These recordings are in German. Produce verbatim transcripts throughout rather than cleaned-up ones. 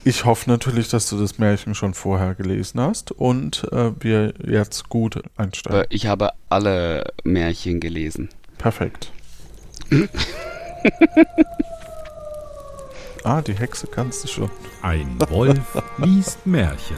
Ich hoffe natürlich, dass du das Märchen schon vorher gelesen hast und äh, wir jetzt gut einsteigen. Äh, Ich habe alle Märchen gelesen. Perfekt. Ah, die Hexe kannst du schon. Ein Wolf liest Märchen.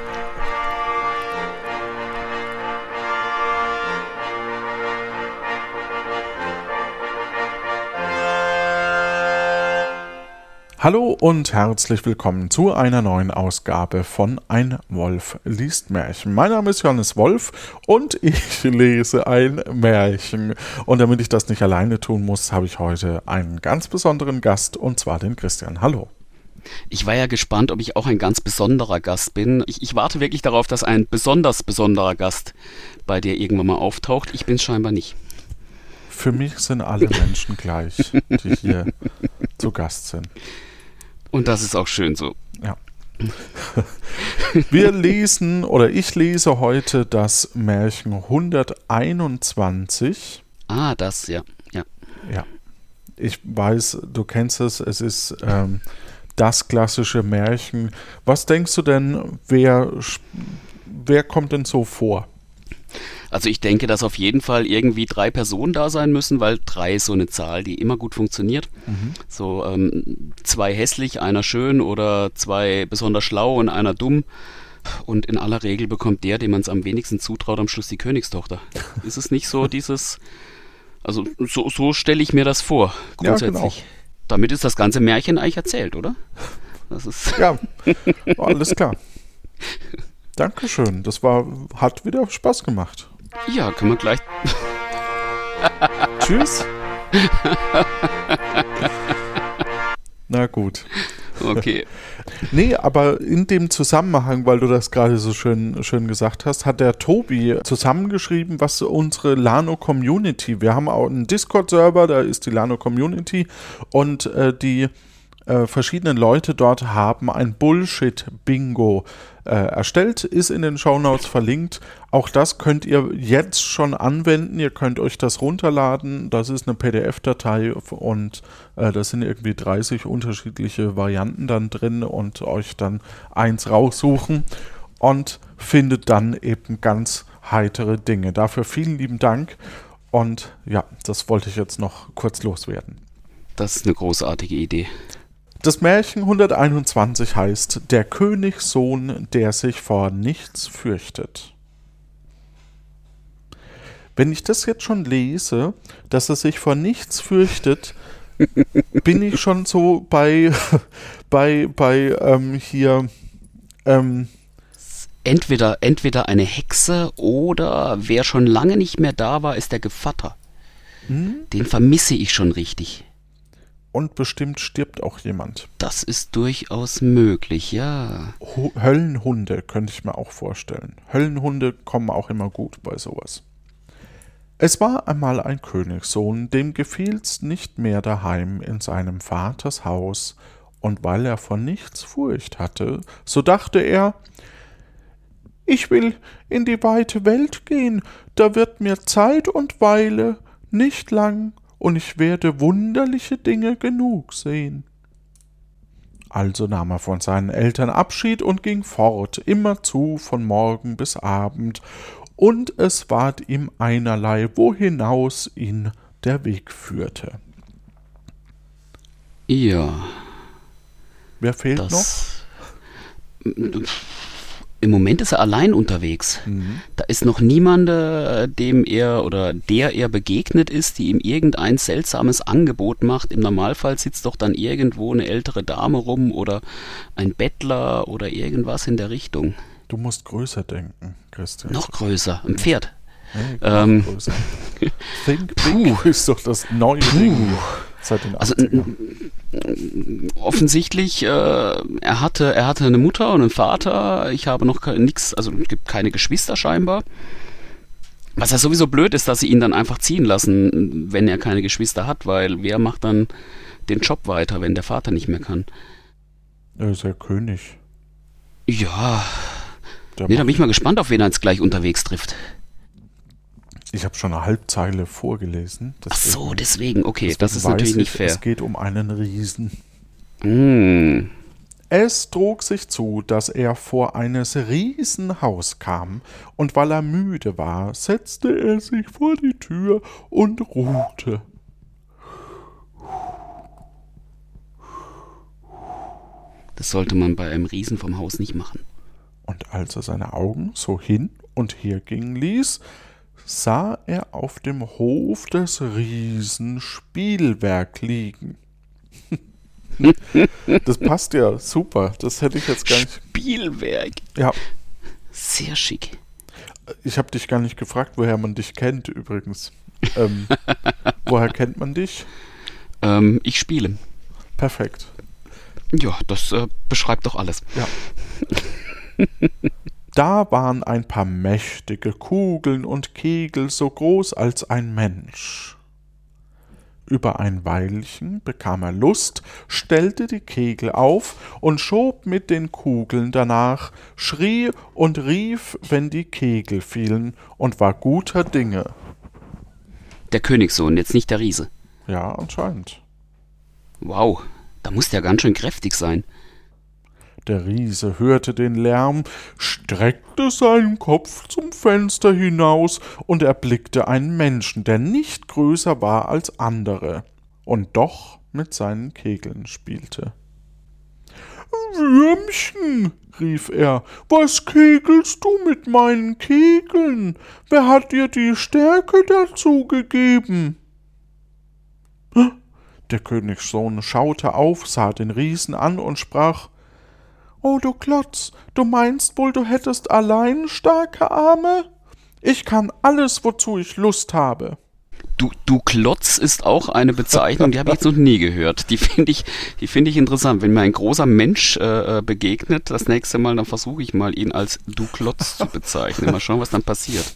Hallo und herzlich willkommen zu einer neuen Ausgabe von Ein Wolf liest Märchen. Mein Name ist Johannes Wolf und ich lese ein Märchen. Und damit ich das nicht alleine tun muss, habe ich heute einen ganz besonderen Gast, und zwar den Christian. Hallo. Ich war ja gespannt, ob ich auch ein ganz besonderer Gast bin. Ich, ich warte wirklich darauf, dass ein besonders besonderer Gast bei dir irgendwann mal auftaucht. Ich bin es scheinbar nicht. Für mich sind alle Menschen gleich, die hier zu Gast sind. Und das ist auch schön so. Ja. Wir lesen, oder ich lese heute das Märchen hunderteinundzwanzig. Ah, das, ja. ja. Ja. Ich weiß, du kennst es, es ist ähm, das klassische Märchen. Was denkst du denn, wer, wer kommt denn so vor? Also ich denke, dass auf jeden Fall irgendwie drei Personen da sein müssen, weil drei ist so eine Zahl, die immer gut funktioniert. Mhm. So ähm, zwei hässlich, einer schön oder zwei besonders schlau und einer dumm. Und in aller Regel bekommt der, dem man es am wenigsten zutraut, am Schluss die Königstochter. Ist es nicht so dieses, also so, so stelle ich mir das vor, grundsätzlich. Ja, genau. Damit ist das ganze Märchen eigentlich erzählt, oder? Das ist Ja, alles klar. Dankeschön, das war, hat wieder Spaß gemacht. Ja, kann man gleich. Tschüss. Na gut. Okay. Nee, aber in dem Zusammenhang, weil du das gerade so schön, schön gesagt hast, hat der Tobi zusammengeschrieben, was unsere Lano-Community, wir haben auch einen Discord-Server, da ist die Lano-Community und äh, die äh, verschiedenen Leute dort haben ein Bullshit-Bingo äh, erstellt, ist in den Shownotes verlinkt. Auch das könnt ihr jetzt schon anwenden, ihr könnt euch das runterladen, das ist eine P D F-Datei und äh, da sind irgendwie dreißig unterschiedliche Varianten dann drin und euch dann eins raussuchen und findet dann eben ganz heitere Dinge. Dafür vielen lieben Dank und ja, das wollte ich jetzt noch kurz loswerden. Das ist eine großartige Idee. Das Märchen hunderteinundzwanzig heißt Der Königssohn, der sich vor nichts fürchtet. Wenn ich das jetzt schon lese, dass er sich vor nichts fürchtet, bin ich schon so bei, bei, bei ähm, hier, ähm, Entweder, entweder eine Hexe oder wer schon lange nicht mehr da war, ist der Gevatter. hm? Den vermisse ich schon richtig. Und bestimmt stirbt auch jemand. Das ist durchaus möglich, ja. Ho- Höllenhunde könnte ich mir auch vorstellen. Höllenhunde kommen auch immer gut bei sowas. Es war einmal ein Königssohn, dem gefiel's nicht mehr daheim in seinem Vaters Haus, und weil er vor nichts Furcht hatte, so dachte er, ich will in die weite Welt gehen, da wird mir Zeit und Weile nicht lang, und ich werde wunderliche Dinge genug sehen. Also nahm er von seinen Eltern Abschied und ging fort, immerzu von Morgen bis Abend, und es ward ihm einerlei, wohinaus ihn der Weg führte. Ja, Wer fehlt noch? das... Im Moment ist er allein unterwegs. Mhm. Da ist noch niemand, äh, dem er oder der er begegnet ist, die ihm irgendein seltsames Angebot macht. Im Normalfall sitzt doch dann irgendwo eine ältere Dame rum oder ein Bettler oder irgendwas in der Richtung. Du musst größer denken, Christian. Noch größer, ein Pferd. Nee, Ähm. noch größer. Think Big ist doch das neue Ding seit den Also achtzigern. offensichtlich, äh, er hatte, er hatte eine Mutter und einen Vater. Ich habe noch nichts, also es gibt keine Geschwister scheinbar. Was ja sowieso blöd ist, dass sie ihn dann einfach ziehen lassen, wenn er keine Geschwister hat, weil wer macht dann den Job weiter, wenn der Vater nicht mehr kann? Er ist ja König. Ja, Der nee, da macht- bin ich mal gespannt, auf wen er jetzt gleich unterwegs trifft. Ich habe schon eine Halbzeile vorgelesen. Ach so, deswegen- deswegen, okay, deswegen das ist weiß natürlich ich, nicht fair. Es geht um einen Riesen. Hm. Es trug sich zu, dass er vor eines Riesenhaus kam, und weil er müde war, setzte er sich vor die Tür und ruhte. Das sollte man bei einem Riesen vom Haus nicht machen. Und als er seine Augen so hin und her gingen ließ, sah er auf dem Hof des Riesen Spielwerk liegen. Das passt ja super, das hätte ich jetzt gar nicht... Spielwerk? Ja. Sehr schick. Ich habe dich gar nicht gefragt, woher man dich kennt übrigens. Ähm, woher kennt man dich? Ähm, ich spiele. Perfekt. Ja, das äh, beschreibt doch alles. Ja. Da waren ein paar mächtige Kugeln und Kegel so groß als ein Mensch. Über ein Weilchen bekam er Lust, stellte die Kegel auf und schob mit den Kugeln danach, schrie und rief, wenn die Kegel fielen, und war guter Dinge. Der Königssohn, jetzt nicht der Riese. Ja, anscheinend. Wow, da muss der ganz schön kräftig sein. Der Riese hörte den Lärm, streckte seinen Kopf zum Fenster hinaus und erblickte einen Menschen, der nicht größer war als andere und doch mit seinen Kegeln spielte. »Würmchen«, rief er, »was kegelst du mit meinen Kegeln? Wer hat dir die Stärke dazu gegeben?« Der Königssohn schaute auf, sah den Riesen an und sprach: »Oh, du Klotz, du meinst wohl, du hättest allein starke Arme? Ich kann alles, wozu ich Lust habe.« Du, du Klotz ist auch eine Bezeichnung, die habe ich jetzt noch nie gehört. Die finde ich, die finde ich interessant. Wenn mir ein großer Mensch äh, begegnet, das nächste Mal, dann versuche ich mal, ihn als Du Klotz zu bezeichnen. Mal schauen, was dann passiert.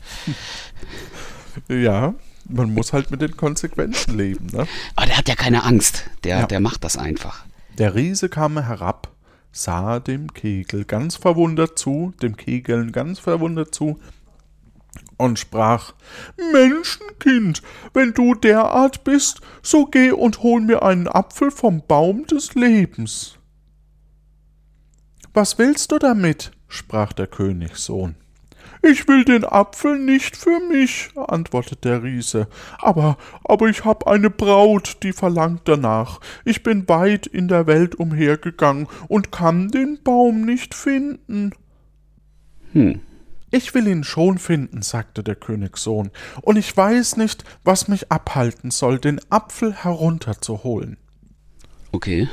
Ja, man muss halt mit den Konsequenzen leben, ne? Aber der hat ja keine Angst. Der, Ja. der macht das einfach. Der Riese kam herab, sah dem Kegel ganz verwundert zu, dem Kegeln ganz verwundert zu und sprach: »Menschenkind, wenn du derart bist, so geh und hol mir einen Apfel vom Baum des Lebens.« »Was willst du damit?« sprach der Königssohn. »Ich will den Apfel nicht für mich«, antwortete der Riese, aber, aber ich hab eine Braut, die verlangt danach. Ich bin weit in der Welt umhergegangen und kann den Baum nicht finden.« Hm. »Ich will ihn schon finden«, sagte der Königssohn, »und ich weiß nicht, was mich abhalten soll, den Apfel herunterzuholen.« Okay.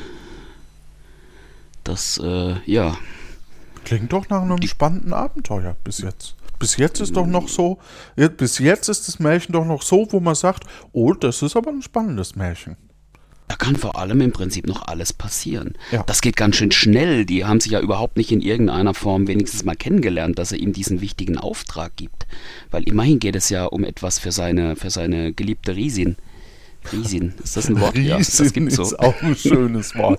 Das, äh, ja. Klingt doch nach einem spannenden Abenteuer bis jetzt. Bis jetzt ist doch noch so, bis jetzt ist das Märchen doch noch so, wo man sagt, oh, das ist aber ein spannendes Märchen. Da kann vor allem im Prinzip noch alles passieren. Ja. Das geht ganz schön schnell. Die haben sich ja überhaupt nicht in irgendeiner Form wenigstens mal kennengelernt, dass er ihm diesen wichtigen Auftrag gibt. Weil immerhin geht es ja um etwas für seine, für seine geliebte Riesin. Riesin, ist das ein Wort? Riesin ja, das gibt's so. ist auch ein schönes Wort.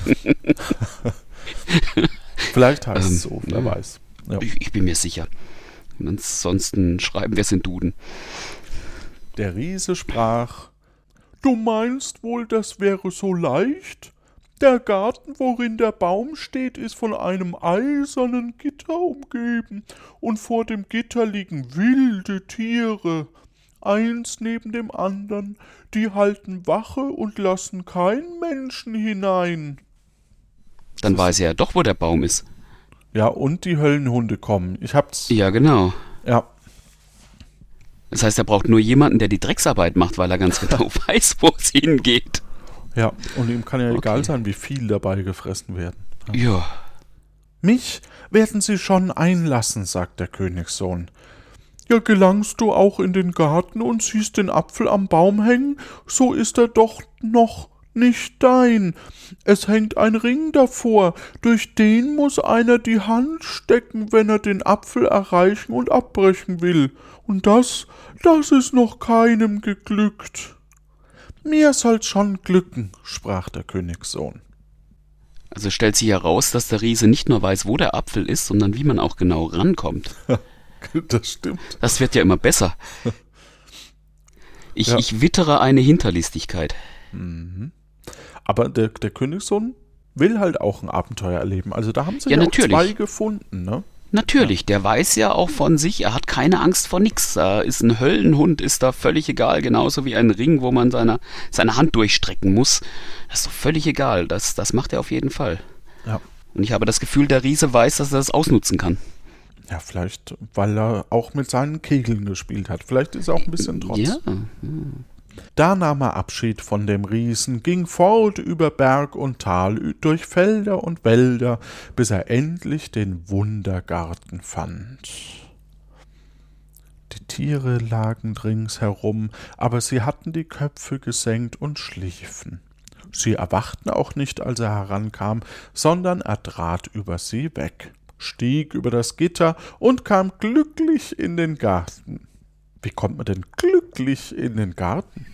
Vielleicht heißt es Ähm, so, wer ja. weiß. Ja. Ich, ich bin mir sicher. Ansonsten schreiben wir es in Duden. Der Riese sprach: »Du meinst wohl, das wäre so leicht? Der Garten, worin der Baum steht, ist von einem eisernen Gitter umgeben, und vor dem Gitter liegen wilde Tiere, eins neben dem andern, die halten Wache und lassen keinen Menschen hinein.« Dann weiß er ja doch, wo der Baum ist. Ja, und die Höllenhunde kommen. Ich hab's. Ja, genau. Ja. Das heißt, er braucht nur jemanden, der die Drecksarbeit macht, weil er ganz genau weiß, wo es hingeht. Ja, und ihm kann ja Okay. egal sein, wie viel dabei gefressen werden. Ja. »Mich werden sie schon einlassen«, sagt der Königssohn. »Ja, gelangst du auch in den Garten und siehst den Apfel am Baum hängen, so ist er doch noch nicht dein. Es hängt ein Ring davor, durch den muss einer die Hand stecken, wenn er den Apfel erreichen und abbrechen will. Und das, das ist noch keinem geglückt.« »Mir soll's schon glücken«, sprach der Königssohn. Also stellt sich heraus, dass der Riese nicht nur weiß, wo der Apfel ist, sondern wie man auch genau rankommt. Das stimmt. Das wird ja immer besser. Ich, Ja. ich wittere eine Hinterlistigkeit. Mhm. Aber der, der Königssohn, will halt auch ein Abenteuer erleben. Also da haben sie Ja, ja, auch natürlich. zwei gefunden, ne? Natürlich, der weiß ja auch von sich, er hat keine Angst vor nix. Da ist ein Höllenhund, ist da völlig egal, genauso wie ein Ring, wo man seine, seine Hand durchstrecken muss. Das ist doch völlig egal, das, das macht er auf jeden Fall. Ja. Und ich habe das Gefühl, der Riese weiß, dass er das ausnutzen kann. Ja, vielleicht, weil er auch mit seinen Kegeln gespielt hat. Vielleicht ist er auch ein bisschen trotz. Ja. Da nahm er Abschied von dem Riesen, ging fort über Berg und Tal, durch Felder und Wälder, bis er endlich den Wundergarten fand. Die Tiere lagen ringsherum, aber sie hatten die Köpfe gesenkt und schliefen. Sie erwachten auch nicht, als er herankam, sondern er trat über sie weg, stieg über das Gitter und kam glücklich in den Garten. Wie kommt man denn glücklich in den Garten?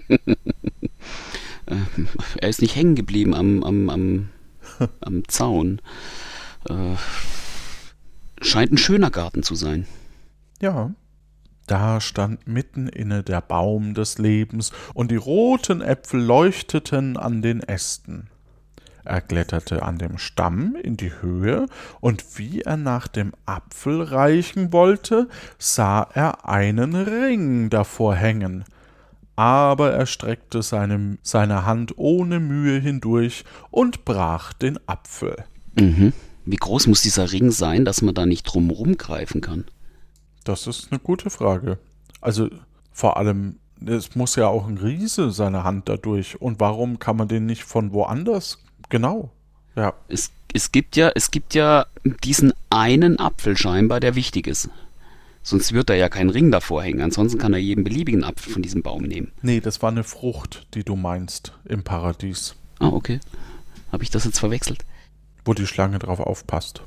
Er ist nicht hängen geblieben am, am, am, am Zaun. Äh, scheint ein schöner Garten zu sein. Ja, da stand mitten inne der Baum des Lebens, und die roten Äpfel leuchteten an den Ästen. Er kletterte an dem Stamm in die Höhe, und wie er nach dem Apfel reichen wollte, sah er einen Ring davor hängen. Aber er streckte seine, seine Hand ohne Mühe hindurch und brach den Apfel. Mhm. Wie groß muss dieser Ring sein, dass man da nicht drumherum greifen kann? Das ist eine gute Frage. Also vor allem, es muss ja auch ein Riese seine Hand dadurch. Und warum kann man den nicht von woanders? Genau, ja. Es, es, gibt ja, es gibt ja diesen einen Apfel scheinbar, der wichtig ist. Sonst wird er ja keinen Ring davor hängen. Ansonsten kann er jeden beliebigen Apfel von diesem Baum nehmen. Nee, das war eine Frucht, die du meinst, im Paradies. Ah, okay. Habe ich das jetzt verwechselt? Wo die Schlange drauf aufpasst.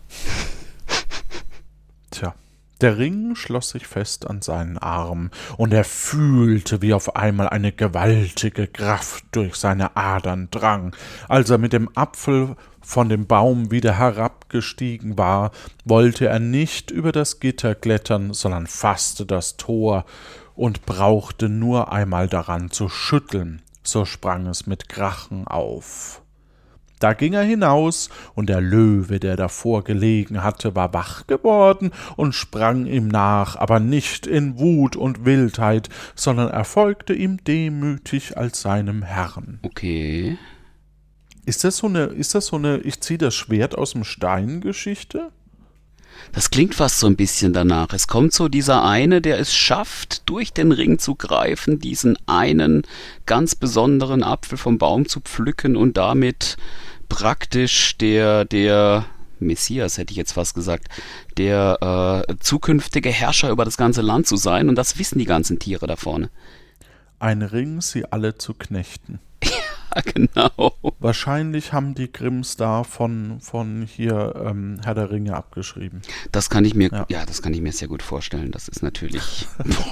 Tja. Der Ring schloss sich fest an seinen Arm, und er fühlte, wie auf einmal eine gewaltige Kraft durch seine Adern drang. Als er mit dem Apfel von dem Baum wieder herabgestiegen war, wollte er nicht über das Gitter klettern, sondern fasste das Tor und brauchte nur einmal daran zu schütteln, so sprang es mit Krachen auf. Da ging er hinaus, und der Löwe, der davor gelegen hatte, war wach geworden und sprang ihm nach, aber nicht in Wut und Wildheit, sondern er folgte ihm demütig als seinem Herrn. Okay. Ist das so eine, ist das so eine, ich ziehe das Schwert aus dem Stein Geschichte? Das klingt fast so ein bisschen danach. Es kommt so dieser eine, der es schafft, durch den Ring zu greifen, diesen einen ganz besonderen Apfel vom Baum zu pflücken und damit praktisch der, der Messias, hätte ich jetzt fast gesagt, der äh, zukünftige Herrscher über das ganze Land zu sein. Und das wissen die ganzen Tiere da vorne. Ein Ring, sie alle zu knechten. Ja, genau. Wahrscheinlich haben die Grimms da von, von hier ähm, Herr der Ringe abgeschrieben. Das kann ich mir, Ja. ja, das kann ich mir sehr gut vorstellen. Das ist natürlich.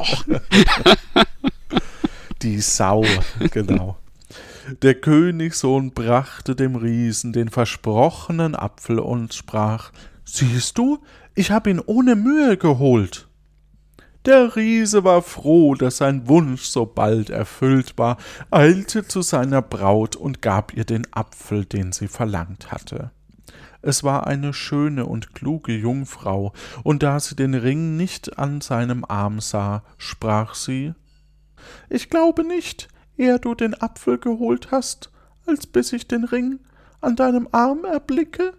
Die Sau, genau. Der Königssohn brachte dem Riesen den versprochenen Apfel und sprach: »Siehst du, ich habe ihn ohne Mühe geholt.« Der Riese war froh, dass sein Wunsch so bald erfüllt war, eilte zu seiner Braut und gab ihr den Apfel, den sie verlangt hatte. Es war eine schöne und kluge Jungfrau, und da sie den Ring nicht an seinem Arm sah, sprach sie: »Ich glaube nicht, ehe du den Apfel geholt hast, als bis ich den Ring an deinem Arm erblicke?«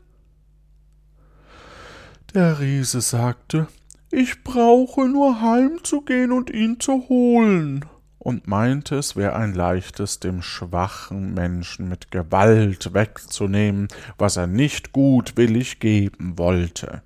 Der Riese sagte: »Ich brauche nur heimzugehen und ihn zu holen«, und meinte, es wäre ein leichtes, dem schwachen Menschen mit Gewalt wegzunehmen, was er nicht gutwillig geben wollte.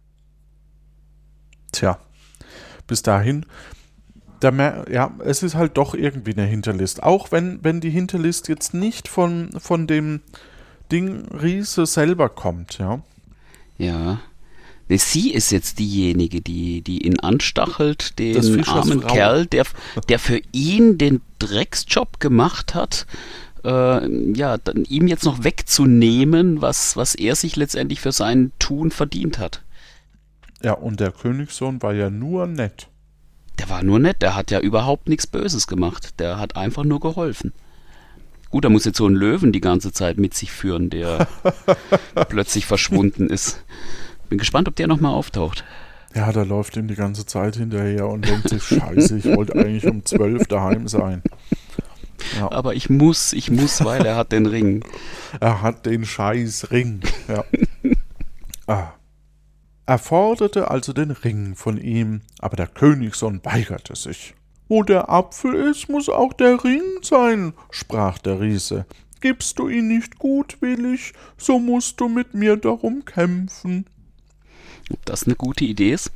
Tja, bis dahin, da mer- ja, es ist halt doch irgendwie eine Hinterlist. Auch wenn, wenn die Hinterlist jetzt nicht von, von dem Ding Riese selber kommt, ja. Ja. Nee, sie ist jetzt diejenige, die, die ihn anstachelt, Das den Fischers armen Frau. Kerl, der, der für ihn den Drecksjob gemacht hat, äh, ja, dann ihm jetzt noch wegzunehmen, was, was er sich letztendlich für sein Tun verdient hat. Ja, und der Königssohn war ja nur nett. Der war nur nett, der hat ja überhaupt nichts Böses gemacht, der hat einfach nur geholfen. Gut, er muss jetzt so einen Löwen die ganze Zeit mit sich führen, der plötzlich verschwunden ist. Bin gespannt, ob der nochmal auftaucht. Ja, der läuft ihm die ganze Zeit hinterher und denkt sich, scheiße, ich wollte eigentlich um zwölf daheim sein. Ja. Aber ich muss, ich muss, weil er hat den Ring. Er hat den scheiß Ring. Ja. ah. Er forderte also den Ring von ihm, aber der Königssohn weigerte sich. Wo der Apfel ist, muss auch der Ring sein, sprach der Riese. Gibst du ihn nicht gutwillig, so musst du mit mir darum kämpfen. Ob das eine gute Idee ist?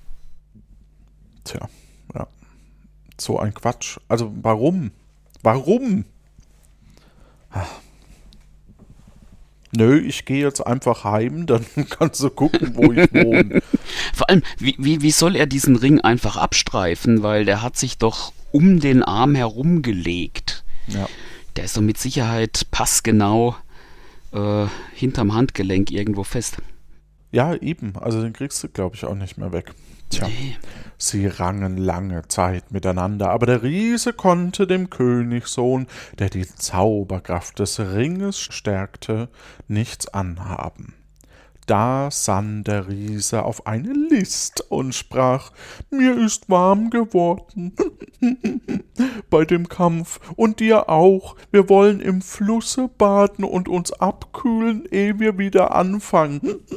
Tja, ja. So ein Quatsch. Also warum? Warum? Nö, ich gehe jetzt einfach heim, dann kannst du gucken, wo ich wohne. Vor allem, wie, wie, wie soll er diesen Ring einfach abstreifen? Weil der hat sich doch um den Arm herumgelegt. Ja. Der ist doch mit Sicherheit passgenau äh, hinterm Handgelenk irgendwo fest. Ja, eben. Also den kriegst du, glaube ich, auch nicht mehr weg. Tja, Nee. sie rangen lange Zeit miteinander, aber der Riese konnte dem Königssohn, der die Zauberkraft des Ringes stärkte, nichts anhaben. Da sann der Riese auf eine List und sprach, mir ist warm geworden bei dem Kampf und dir auch. Wir wollen im Flusse baden und uns abkühlen, ehe wir wieder anfangen.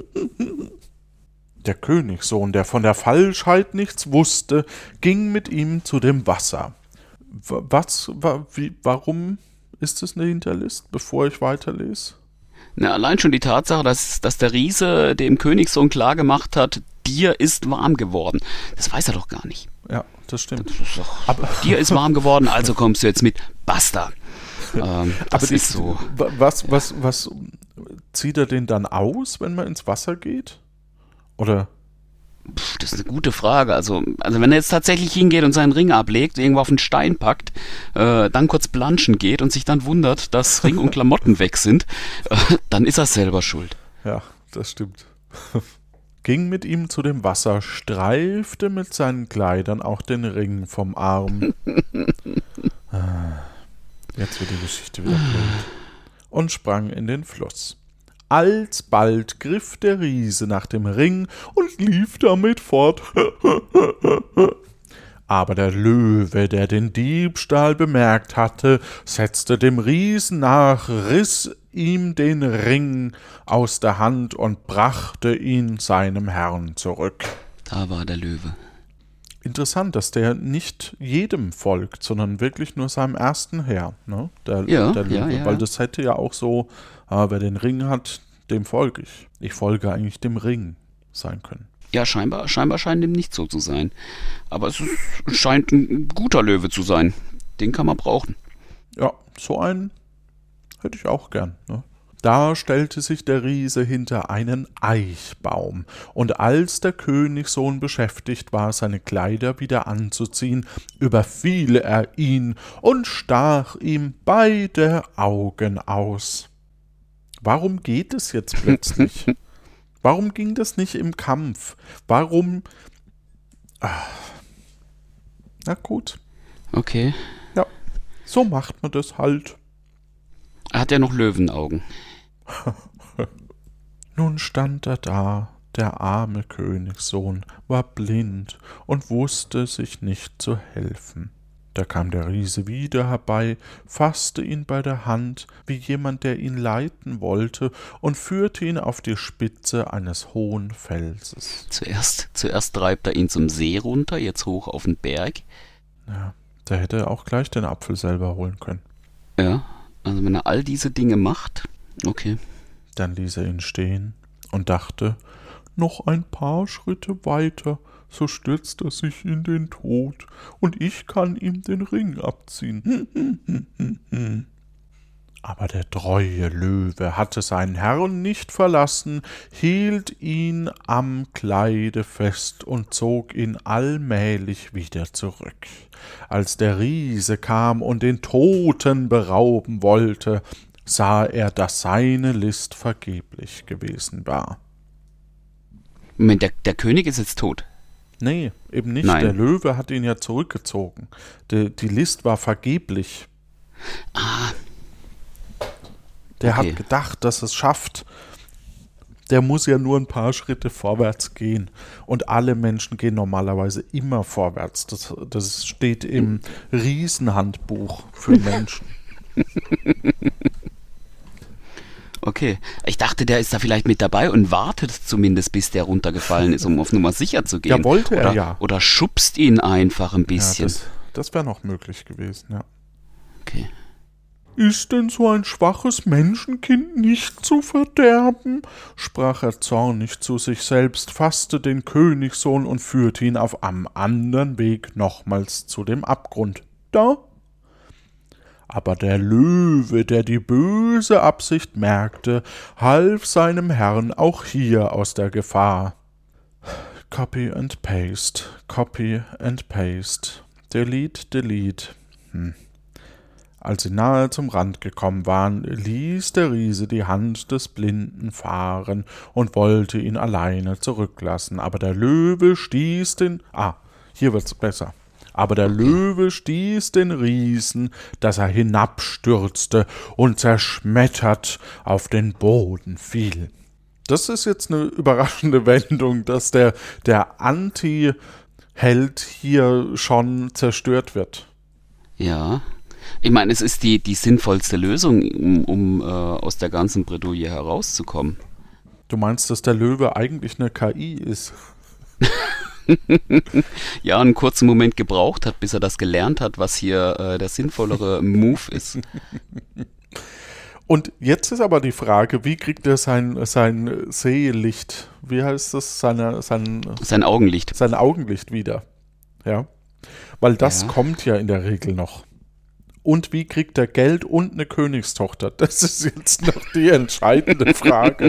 Der Königssohn, der von der Falschheit nichts wusste, ging mit ihm zu dem Wasser. Was, wa, wie, warum ist es eine Hinterlist, bevor ich weiterlese? Na, allein schon die Tatsache, dass, dass der Riese dem Königssohn klargemacht hat, dir ist warm geworden. Das weiß er doch gar nicht. Ja, das stimmt. Das ist doch, aber dir ist warm geworden, also kommst du jetzt mit. Basta. Ähm, das aber ist so. Was, was, was zieht er den dann aus, wenn man ins Wasser geht? Oder? Pff, das ist eine gute Frage. Also, also wenn er jetzt tatsächlich hingeht und seinen Ring ablegt, irgendwo auf den Stein packt, äh, dann kurz planschen geht und sich dann wundert, dass Ring und Klamotten weg sind, äh, dann ist er selber schuld. Ja, das stimmt. Ging mit ihm zu dem Wasser, streifte mit seinen Kleidern auch den Ring vom Arm. Jetzt wird die Geschichte wieder blöd. Und sprang in den Fluss. Alsbald griff der Riese nach dem Ring und lief damit fort. Aber der Löwe, der den Diebstahl bemerkt hatte, setzte dem Riesen nach, riss ihm den Ring aus der Hand und brachte ihn seinem Herrn zurück. Da war der Löwe. Interessant, dass der nicht jedem folgt, sondern wirklich nur seinem ersten Herr, ne? Der, Ja, der Löwe. ja, ja. Weil das hätte ja auch so, äh, wer den Ring hat, dem folge ich. Ich folge eigentlich dem Ring sein können. Ja, scheinbar, scheinbar scheint dem nicht so zu sein. Aber es ist, scheint ein guter Löwe zu sein. Den kann man brauchen. Ja, so einen hätte ich auch gern, ne? Da stellte sich der Riese hinter einen Eichbaum, und als der Königssohn beschäftigt war, seine Kleider wieder anzuziehen, überfiel er ihn und stach ihm beide Augen aus. Warum geht es jetzt plötzlich? Warum ging das nicht im Kampf? Warum... Ach. Na gut. Okay. Ja, so macht man das halt. Hat er noch Löwenaugen? Nun stand er da, der arme Königssohn, war blind und wusste sich nicht zu helfen. Da kam der Riese wieder herbei, fasste ihn bei der Hand, wie jemand, der ihn leiten wollte, und führte ihn auf die Spitze eines hohen Felses. Zuerst, zuerst treibt er ihn zum See runter, jetzt hoch auf den Berg. Ja, da hätte er auch gleich den Apfel selber holen können. Ja, also wenn er all diese Dinge macht, okay. Dann ließ er ihn stehen und dachte, noch ein paar Schritte weiter, so stürzt er sich in den Tod, und ich kann ihm den Ring abziehen. Aber der treue Löwe hatte seinen Herrn nicht verlassen, hielt ihn am Kleide fest und zog ihn allmählich wieder zurück. Als der Riese kam und den Toten berauben wollte, sah er, dass seine List vergeblich gewesen war. Moment, der, der König ist jetzt tot. Nee, eben nicht. Nein. Der Löwe hat ihn ja zurückgezogen. Die, die List war vergeblich. Ah, Der Okay. hat gedacht, dass es schafft. Der muss ja nur ein paar Schritte vorwärts gehen. Und alle Menschen gehen normalerweise immer vorwärts. Das, das steht im Riesenhandbuch für Menschen. Okay. Ich dachte, der ist da vielleicht mit dabei und wartet zumindest, bis der runtergefallen ist, um auf Nummer sicher zu gehen. Ja, wollte er oder, ja. Oder schubst ihn einfach ein Ja, bisschen. das das wäre noch möglich gewesen, ja. Okay. Ist denn so ein schwaches Menschenkind nicht zu verderben? Sprach er zornig zu sich selbst, fasste den Königssohn und führte ihn auf einem anderen Weg nochmals zu dem Abgrund. Da? Aber der Löwe, der die böse Absicht merkte, half seinem Herrn auch hier aus der Gefahr. Copy and paste, copy and paste, delete, delete. Hm. Als sie nahe zum Rand gekommen waren, ließ der Riese die Hand des Blinden fahren und wollte ihn alleine zurücklassen. Aber der Löwe stieß den... Ah, hier wird's besser. Aber der Löwe stieß den Riesen, dass er hinabstürzte und zerschmettert auf den Boden fiel. Das ist jetzt eine überraschende Wendung, dass der, der Anti-Held hier schon zerstört wird. Ja. Ich meine, es ist die, die sinnvollste Lösung, um, um äh, aus der ganzen Bredouille herauszukommen. Du meinst, dass der Löwe eigentlich eine K I ist? Ja, einen kurzen Moment gebraucht hat, bis er das gelernt hat, was hier äh, der sinnvollere Move ist. Und jetzt ist aber die Frage, wie kriegt er sein, sein Sehlicht, wie heißt das, seine, sein, Sein Augenlicht. sein Augenlicht wieder? Ja, weil das Ja. kommt ja in der Regel noch. Und wie kriegt er Geld und eine Königstochter? Das ist jetzt noch die entscheidende Frage.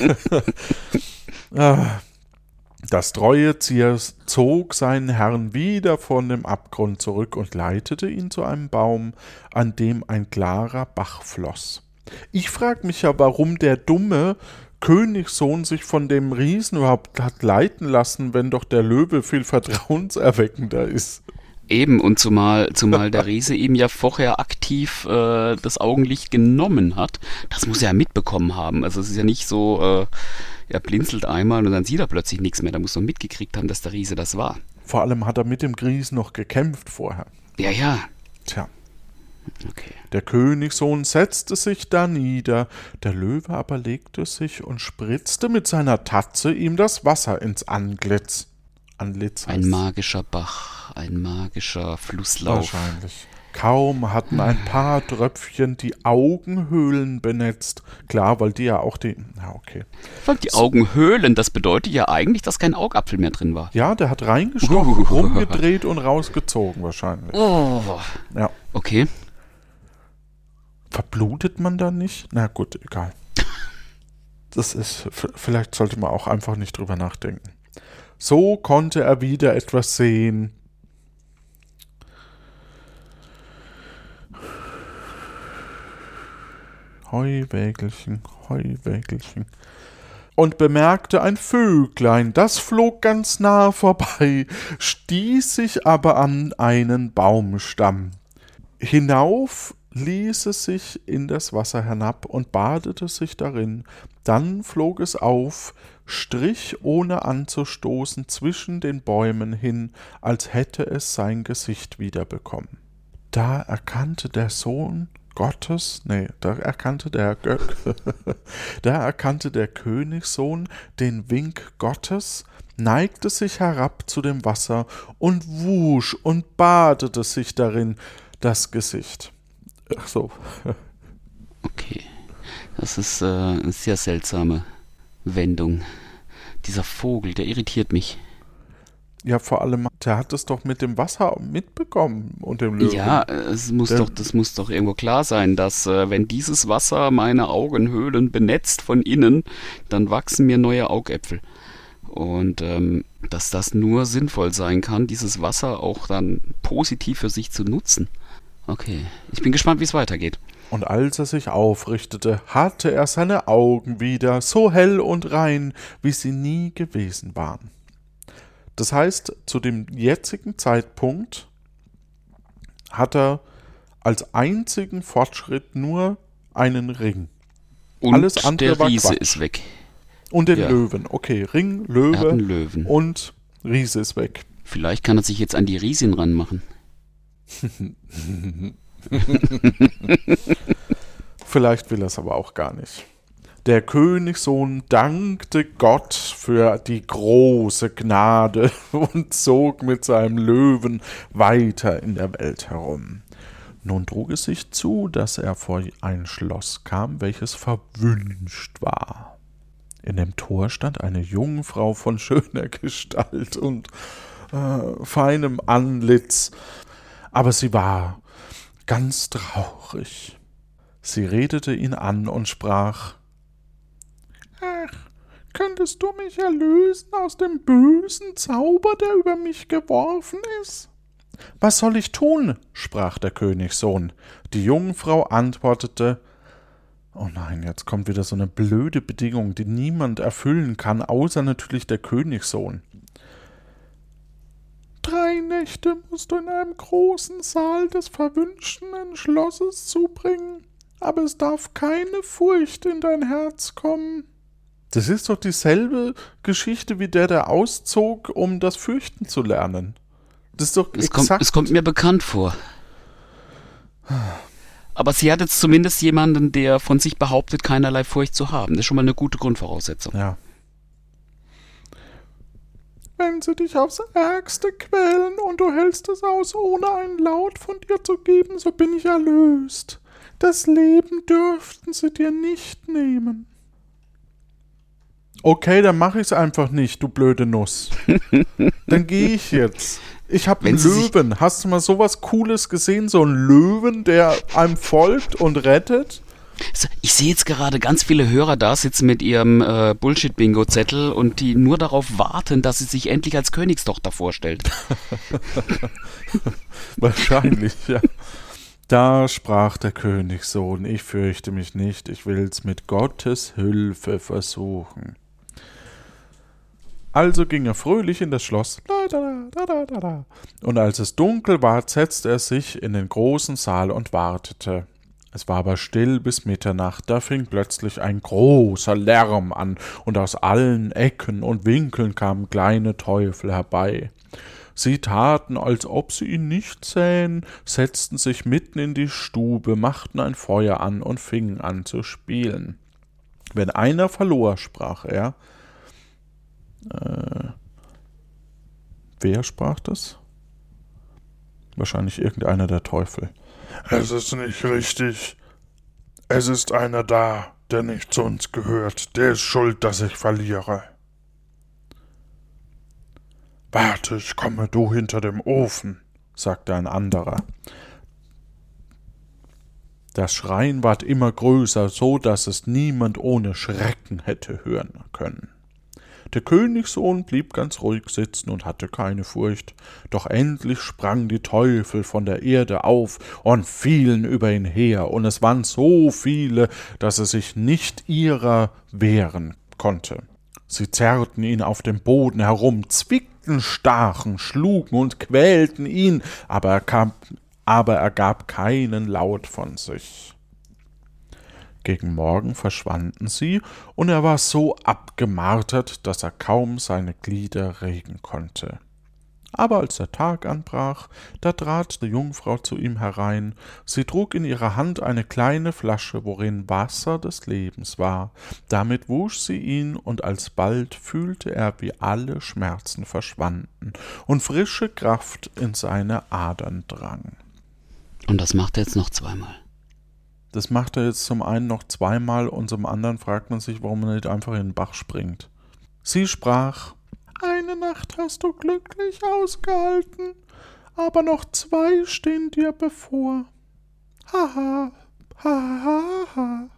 Ah. Das treue Tier zog seinen Herrn wieder von dem Abgrund zurück und leitete ihn zu einem Baum, an dem ein klarer Bach floss. Ich frage mich ja, warum der dumme Königssohn sich von dem Riesen überhaupt hat leiten lassen, wenn doch der Löwe viel vertrauenserweckender ist. Eben, und zumal, zumal der Riese ihm ja vorher aktiv äh, das Augenlicht genommen hat. Das muss er ja mitbekommen haben. Also es ist ja nicht so, äh, er blinzelt einmal und dann sieht er plötzlich nichts mehr. Da muss er mitgekriegt haben, dass der Riese das war. Vor allem hat er mit dem Riesen noch gekämpft vorher. Ja, ja. Tja. Okay. Der Königssohn setzte sich da nieder, der Löwe aber legte sich und spritzte mit seiner Tatze ihm das Wasser ins Antlitz. Antlitz heißt Ein magischer Bach, ein magischer Flusslauf. wahrscheinlich. Kaum hatten ein paar Tröpfchen die Augenhöhlen benetzt. Klar, weil die ja auch die... Na, okay. Und die Augenhöhlen, das bedeutet ja eigentlich, dass kein Augapfel mehr drin war. Ja, der hat reingestochen, rumgedreht und rausgezogen wahrscheinlich. Oh. Ja. Okay. Verblutet man da nicht? Na gut, egal. Das ist... v- Vielleicht sollte man auch einfach nicht drüber nachdenken. So konnte er wieder etwas sehen. Heuwägelchen, Heuwägelchen. Und bemerkte ein Vöglein, das flog ganz nah vorbei, stieß sich aber an einen Baumstamm. Hinauf ließ es sich in das Wasser hinab und badete sich darin. Dann flog es auf, strich ohne anzustoßen zwischen den Bäumen hin, als hätte es sein Gesicht wiederbekommen. Da erkannte der Sohn Gottes, nee, da erkannte der Gö da erkannte der Königssohn den Wink Gottes, neigte sich herab zu dem Wasser und wusch und badete sich darin das Gesicht. Ach so. Okay. Das ist äh, eine sehr seltsame Wendung. Dieser Vogel, der irritiert mich. Ja, vor allem, der hat es doch mit dem Wasser mitbekommen und dem Löwen. Ja, es muss Der- doch, das muss doch irgendwo klar sein, dass äh, wenn dieses Wasser meine Augenhöhlen benetzt von innen, dann wachsen mir neue Augäpfel. Und ähm, dass das nur sinnvoll sein kann, dieses Wasser auch dann positiv für sich zu nutzen. Okay, ich bin gespannt, wie es weitergeht. Und als er sich aufrichtete, hatte er seine Augen wieder so hell und rein, wie sie nie gewesen waren. Das heißt, zu dem jetzigen Zeitpunkt hat er als einzigen Fortschritt nur einen Ring. Und Alles andere der war Riese Quatsch. ist weg. Und den Ja. Löwen. Okay, Ring, Er hat Löwe einen Löwen. und Riese ist weg. Vielleicht kann er sich jetzt an die Riesin ranmachen. Vielleicht will er es aber auch gar nicht. Der Königssohn dankte Gott für die große Gnade und zog mit seinem Löwen weiter in der Welt herum. Nun trug es sich zu, dass er vor ein Schloss kam, welches verwünscht war. In dem Tor stand eine Jungfrau von schöner Gestalt und äh, feinem Antlitz, aber sie war ganz traurig. Sie redete ihn an und sprach: »Ach, könntest du mich erlösen aus dem bösen Zauber, der über mich geworfen ist?« »Was soll ich tun?« sprach der Königssohn. Die Jungfrau antwortete: »Oh nein, jetzt kommt wieder so eine blöde Bedingung, die niemand erfüllen kann, außer natürlich der Königssohn. Drei Nächte musst du in einem großen Saal des verwünschten Schlosses zubringen, aber es darf keine Furcht in dein Herz kommen.« Das ist doch dieselbe Geschichte wie der, der auszog, um das Fürchten zu lernen. Das ist doch Es exakt... kommt, es kommt mir bekannt vor. Aber sie hat jetzt zumindest jemanden, der von sich behauptet, keinerlei Furcht zu haben. Das ist schon mal eine gute Grundvoraussetzung. Ja. Wenn sie dich aufs Ärgste quälen und du hältst es aus, ohne einen Laut von dir zu geben, so bin ich erlöst. Das Leben dürften sie dir nicht nehmen. Okay, dann mache ich es einfach nicht, du blöde Nuss. Dann gehe ich jetzt. Ich habe einen Löwen. Hast du mal sowas Cooles gesehen? So einen Löwen, der einem folgt und rettet? Ich sehe jetzt gerade ganz viele Hörer da sitzen mit ihrem äh, Bullshit-Bingo-Zettel und die nur darauf warten, dass sie sich endlich als Königstochter vorstellt. Wahrscheinlich, ja. Da sprach der Königssohn: Ich fürchte mich nicht, ich will's mit Gottes Hilfe versuchen. Also ging er fröhlich in das Schloss, und als es dunkel war, setzte er sich in den großen Saal und wartete. Es war aber still bis Mitternacht, da fing plötzlich ein großer Lärm an, und aus allen Ecken und Winkeln kamen kleine Teufel herbei. Sie taten, als ob sie ihn nicht sähen, setzten sich mitten in die Stube, machten ein Feuer an und fingen an zu spielen. Wenn einer verlor, sprach er, äh, wer sprach das? Wahrscheinlich irgendeiner der Teufel. Es ist nicht richtig. Es ist einer da, der nicht zu uns gehört. Der ist schuld, dass ich verliere. Warte, ich komme, du hinter dem Ofen, sagte ein anderer. Das Schreien ward immer größer, so dass es niemand ohne Schrecken hätte hören können. Der Königssohn blieb ganz ruhig sitzen und hatte keine Furcht, doch endlich sprangen die Teufel von der Erde auf und fielen über ihn her, und es waren so viele, dass er sich nicht ihrer wehren konnte. Sie zerrten ihn auf dem Boden herum, zwickten, stachen, schlugen und quälten ihn, aber er, kam, aber er gab keinen Laut von sich. Gegen Morgen verschwanden sie, und er war so abgemartert, dass er kaum seine Glieder regen konnte. Aber als der Tag anbrach, da trat die Jungfrau zu ihm herein. Sie trug in ihrer Hand eine kleine Flasche, worin Wasser des Lebens war. Damit wusch sie ihn, und alsbald fühlte er, wie alle Schmerzen verschwanden und frische Kraft in seine Adern drang. Und das macht er jetzt noch zweimal. Das macht er jetzt zum einen noch zweimal, und zum anderen fragt man sich, warum er nicht einfach in den Bach springt. Sie sprach: Eine Nacht hast du glücklich ausgehalten, aber noch zwei stehen dir bevor. Haha, haha, ha.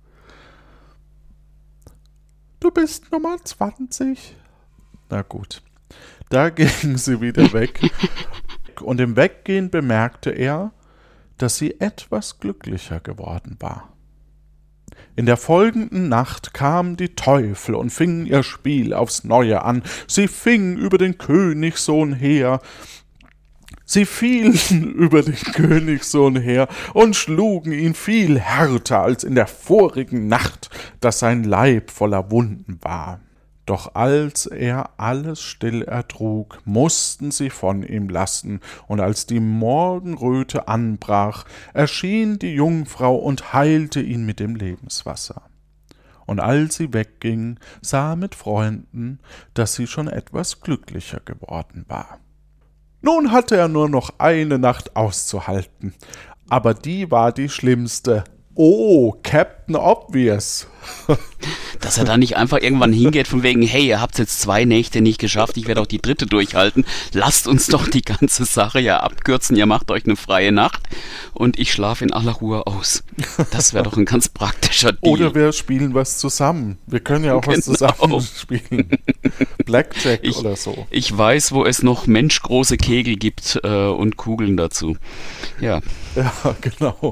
Du bist Nummer zwanzig. Na gut, da ging sie wieder weg, und im Weggehen bemerkte er, dass sie etwas glücklicher geworden war. In der folgenden Nacht kamen die Teufel und fingen ihr Spiel aufs Neue an. Sie fingen über den Königssohn her, Sie fielen über den Königssohn her und schlugen ihn viel härter als in der vorigen Nacht, dass sein Leib voller Wunden war. Doch als er alles still ertrug, mußten sie von ihm lassen, und als die Morgenröte anbrach, erschien die Jungfrau und heilte ihn mit dem Lebenswasser. Und als sie wegging, sah er mit Freunden, dass sie schon etwas glücklicher geworden war. Nun hatte er nur noch eine Nacht auszuhalten, aber die war die schlimmste. Oh, Captain Obvious. Dass er da nicht einfach irgendwann hingeht von wegen, hey, ihr habt jetzt zwei Nächte nicht geschafft, ich werde auch die dritte durchhalten, lasst uns doch die ganze Sache ja abkürzen, ihr macht euch eine freie Nacht und ich schlafe in aller Ruhe aus. Das wäre doch ein ganz praktischer Deal. Oder wir spielen was zusammen. Wir können ja auch genau. was zusammen spielen. Blackjack ich, oder so. Ich weiß, wo es noch menschgroße Kegel gibt äh, und Kugeln dazu. Ja. Ja, genau.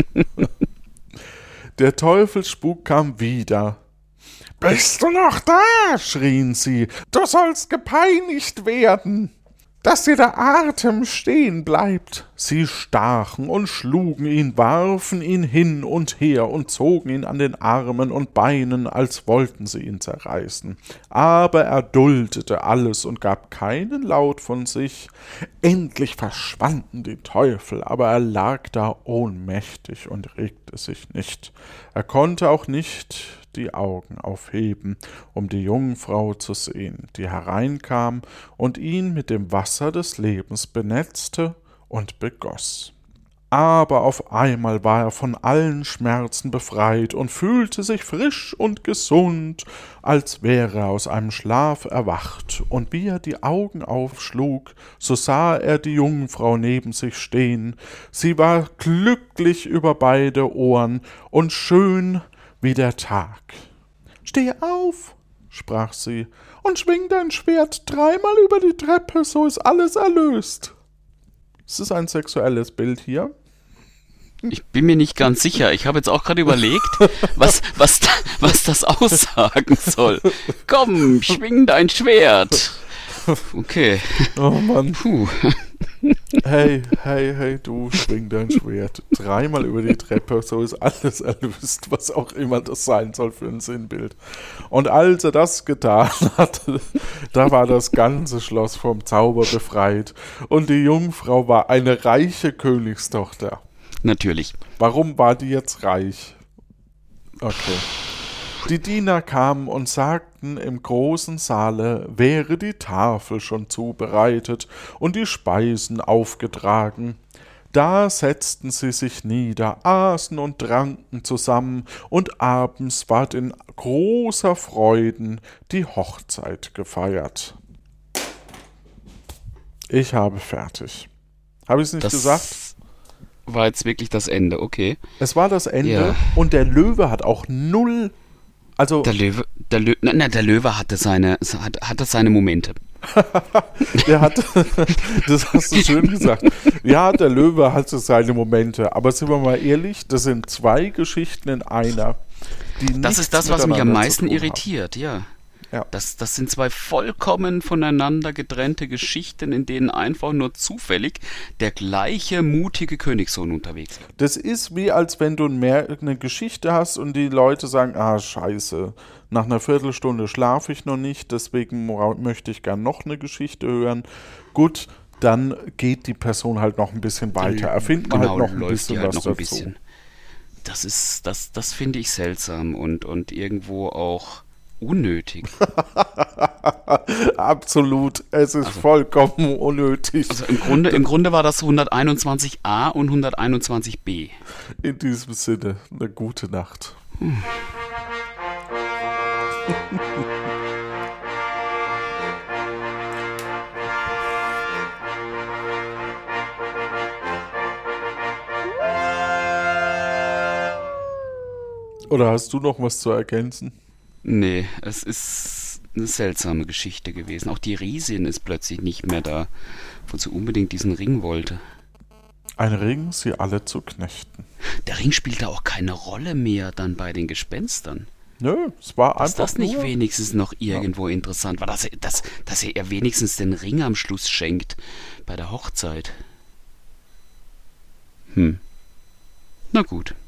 Der Teufelsspuk kam wieder. »Bist du noch da?« schrien sie. »Du sollst gepeinigt werden, dass dir der Atem stehen bleibt.« Sie stachen und schlugen ihn, warfen ihn hin und her und zogen ihn an den Armen und Beinen, als wollten sie ihn zerreißen. Aber er duldete alles und gab keinen Laut von sich. Endlich verschwanden die Teufel, aber er lag da ohnmächtig und regte sich nicht. Er konnte auch nicht die Augen aufheben, um die Jungfrau zu sehen, die hereinkam und ihn mit dem Wasser des Lebens benetzte und begoss. Aber auf einmal war er von allen Schmerzen befreit und fühlte sich frisch und gesund, als wäre er aus einem Schlaf erwacht, und wie er die Augen aufschlug, so sah er die Jungfrau neben sich stehen. Sie war glücklich über beide Ohren und schön wie der Tag. »Steh auf«, sprach sie, »und schwing dein Schwert dreimal über die Treppe, so ist alles erlöst.« Ist es ein sexuelles Bild hier? Ich bin mir nicht ganz sicher. Ich habe jetzt auch gerade überlegt, was, was, was das aussagen soll. Komm, schwing dein Schwert. Okay. Oh Mann. Puh. Hey, hey, hey, du, schwing dein Schwert dreimal über die Treppe, so ist alles erlöst, was auch immer das sein soll für ein Sinnbild. Und als er das getan hatte, da war das ganze Schloss vom Zauber befreit und die Jungfrau war eine reiche Königstochter. Natürlich. Warum war die jetzt reich? Okay. Die Diener kamen und sagten, im großen Saale wäre die Tafel schon zubereitet und die Speisen aufgetragen. Da setzten sie sich nieder, aßen und tranken zusammen, und abends ward in großer Freuden die Hochzeit gefeiert. Ich habe fertig. Habe ich es nicht das gesagt? War jetzt wirklich das Ende, okay. Es war das Ende, ja. Und der Löwe hat auch null... Also der Löwe, der Löwe, na, der Löwe hatte seine, hat, hatte seine Momente. der hatte, das hast du schön gesagt. Ja, der Löwe hatte seine Momente. Aber sind wir mal ehrlich, das sind zwei Geschichten in einer. Die das ist das, was mich am meisten irritiert, ja. Ja. Das, das sind zwei vollkommen voneinander getrennte Geschichten, in denen einfach nur zufällig der gleiche mutige Königssohn unterwegs ist. Das ist wie, als wenn du eine Geschichte hast und die Leute sagen, ah, scheiße, nach einer Viertelstunde schlafe ich noch nicht, deswegen möchte ich gern noch eine Geschichte hören. Gut, dann geht die Person halt noch ein bisschen weiter, erfindet man genau, halt noch ein bisschen halt was noch ein dazu. Bisschen. Das ist, das, das finde ich seltsam und, und irgendwo auch unnötig. Absolut, es ist also, vollkommen unnötig. Also im Grunde, im Grunde war das hunderteinundzwanzig a und hunderteinundzwanzig b. In diesem Sinne, eine gute Nacht. Hm. Oder hast du noch was zu ergänzen? Nee, es ist eine seltsame Geschichte gewesen. Auch die Riesin ist plötzlich nicht mehr da, wo sie unbedingt diesen Ring wollte. Ein Ring, sie alle zu knechten. Der Ring spielte auch keine Rolle mehr dann bei den Gespenstern. Nö, es war Ist einfach das nicht nur, wenigstens noch irgendwo interessant? War das, das, dass er ihr wenigstens den Ring am Schluss schenkt bei der Hochzeit? Hm. Na gut.